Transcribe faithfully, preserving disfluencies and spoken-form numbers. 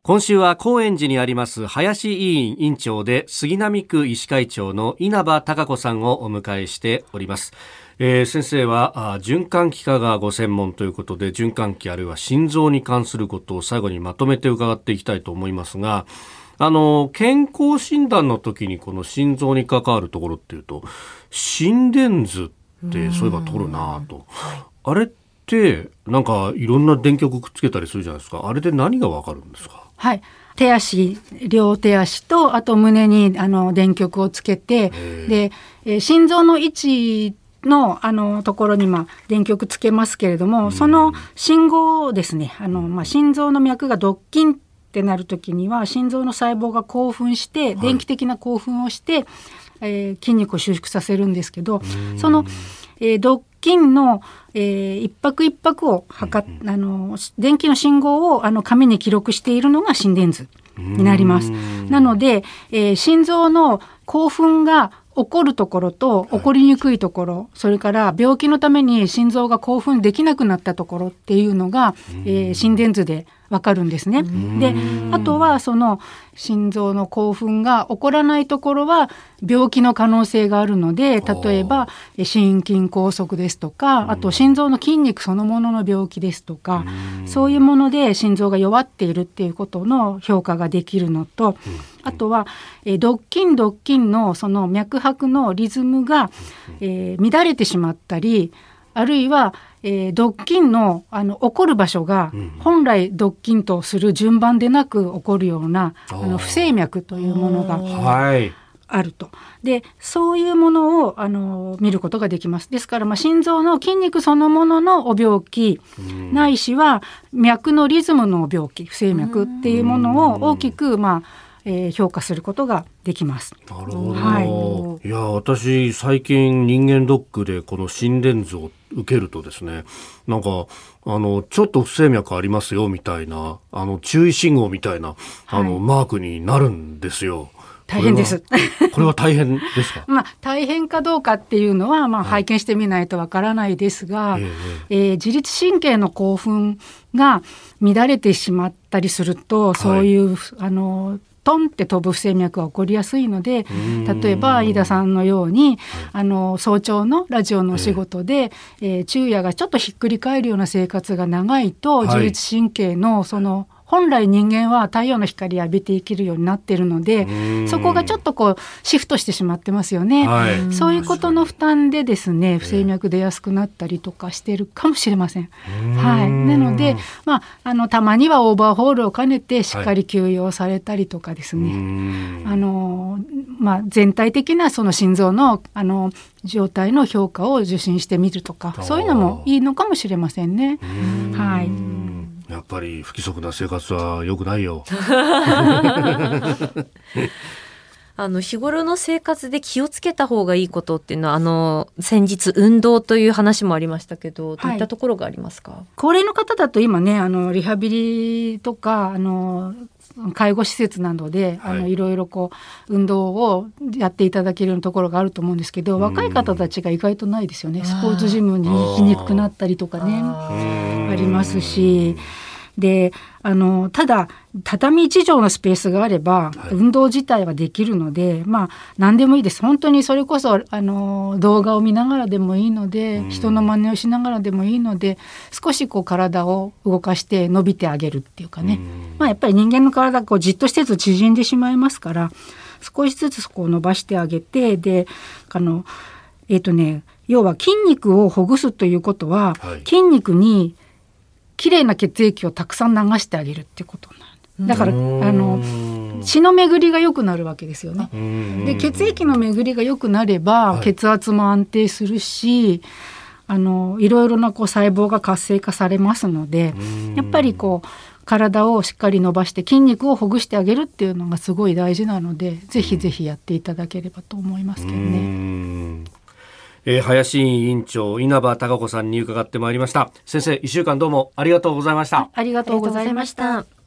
今週は高円寺にあります林医院院長で杉並区医師会長の稲葉孝子さんをお迎えしております。えー、先生は循環器科がご専門ということで、循環器あるいは心臓に関することを最後にまとめて伺っていきたいと思いますが、あの健康診断の時にこの心臓に関わるところっていうと、心電図ってそういえば取るなと、あれってなんかいろんな電極くっつけたりするじゃないですか。あれで何がわかるんですか？ はい、手足、両手足とあと胸にあの電極をつけて、で、えー、心臓の位置のあのところに、まあ、電極つけますけれども、その信号をですね、あの、まあ、心臓の脈がドッキンってなるときには心臓の細胞が興奮して、電気的な興奮をして、はい、えー、筋肉を収縮させるんですけど、その、えー、ドッキンの、えー、一拍一拍を測っ、うんうん、あの電気の信号をあの紙に記録しているのが心電図になります。なので、えー、心臓の興奮が起こるところと起こりにくいところ、はい、それから病気のために心臓が興奮できなくなったところっていうのが、えー、心電図でわかるんですね。で、あとはその心臓の興奮が起こらないところは病気の可能性があるので、例えば心筋梗塞ですとか、あと心臓の筋肉そのものの病気ですとか、そういうもので心臓が弱っているっていうことの評価ができるのと、あとはドッキンドッキンのその脈拍のリズムが、えー、乱れてしまったり、あるいは、えー、ドッキン の, あの起こる場所が本来ドッキンとする順番でなく起こるような、うん、あの不整脈というものがあると。で、そういうものをあの見ることができます。ですから、まあ、心臓の筋肉そのもののお病気、うん、ないしは脈のリズムの病気、不整脈っていうものを大きく、まあえー、評価することができます。 なるほど、はい、いや私最近人間ドックでこの心電図を受けるとですね、なんかあのちょっと不整脈ありますよみたいな、あの注意信号みたいな、はい、あのマークになるんですよ。 大変です。 これは、これは大変ですか？ まあ、大変かどうかっていうのは、まあ、拝見してみないとわからないですが、はい、えーえー、自律神経の興奮が乱れてしまったりすると、そういう、はい、あのトンって飛ぶ不整脈が起こりやすいので、例えば飯田さんのように、はい、あの早朝のラジオのお仕事で、えーえー、昼夜がちょっとひっくり返るような生活が長いと、はい、自律神経のその本来人間は太陽の光浴びて生きるようになっているので、そこがちょっとこうシフトしてしまってますよね、はい、そういうことの負担でですね、不整脈出やすくなったりとかしているかもしれません。はい、なので、まあ、あのたまにはオーバーホールを兼ねてしっかり休養されたりとかですね、はい、あのまあ、全体的なその心臓の、あの状態の評価を受診してみるとか、そういうのもいいのかもしれませんね。はい、 やっぱり不規則な生活は良くないよ。 あの日頃の生活で気をつけた方がいいことっていうのは、あの先日運動という話もありましたけど、どういったところがありますか？はい、 高齢の方だと今ね、あのリハビリとかあの介護施設などで、はい、あのいろいろこう運動をやっていただけるようなところがあると思うんですけど、若い方たちが意外とないですよね。スポーツジムに行きにくくなったりとかね、あ, ありますし、であのただ畳一畳のスペースがあれば、はい、運動自体はできるので、まあ、何でもいいです。本当にそれこそあの動画を見ながらでもいいので、人の真似をしながらでもいいので、少しこう体を動かして伸びてあげるっていうかね、まあ、やっぱり人間の体こうじっとしてると縮んでしまいますから、少しずつこう伸ばしてあげて、であの、えーとね、要は筋肉をほぐすということは、はい、筋肉にきれいな血液をたくさん流してあげるっていうことになる。だからあの血の巡りが良くなるわけですよね。で血液の巡りが良くなれば、はい、血圧も安定するし、あのいろいろなこう細胞が活性化されますので、やっぱりこう体をしっかり伸ばして筋肉をほぐしてあげるっていうのがすごい大事なので、ぜひぜひやっていただければと思いますけどね。 えー、林院長稲葉孝子さんに伺ってまいりました。先生、いっしゅうかんどうもありがとうございました。 ありがとうございました。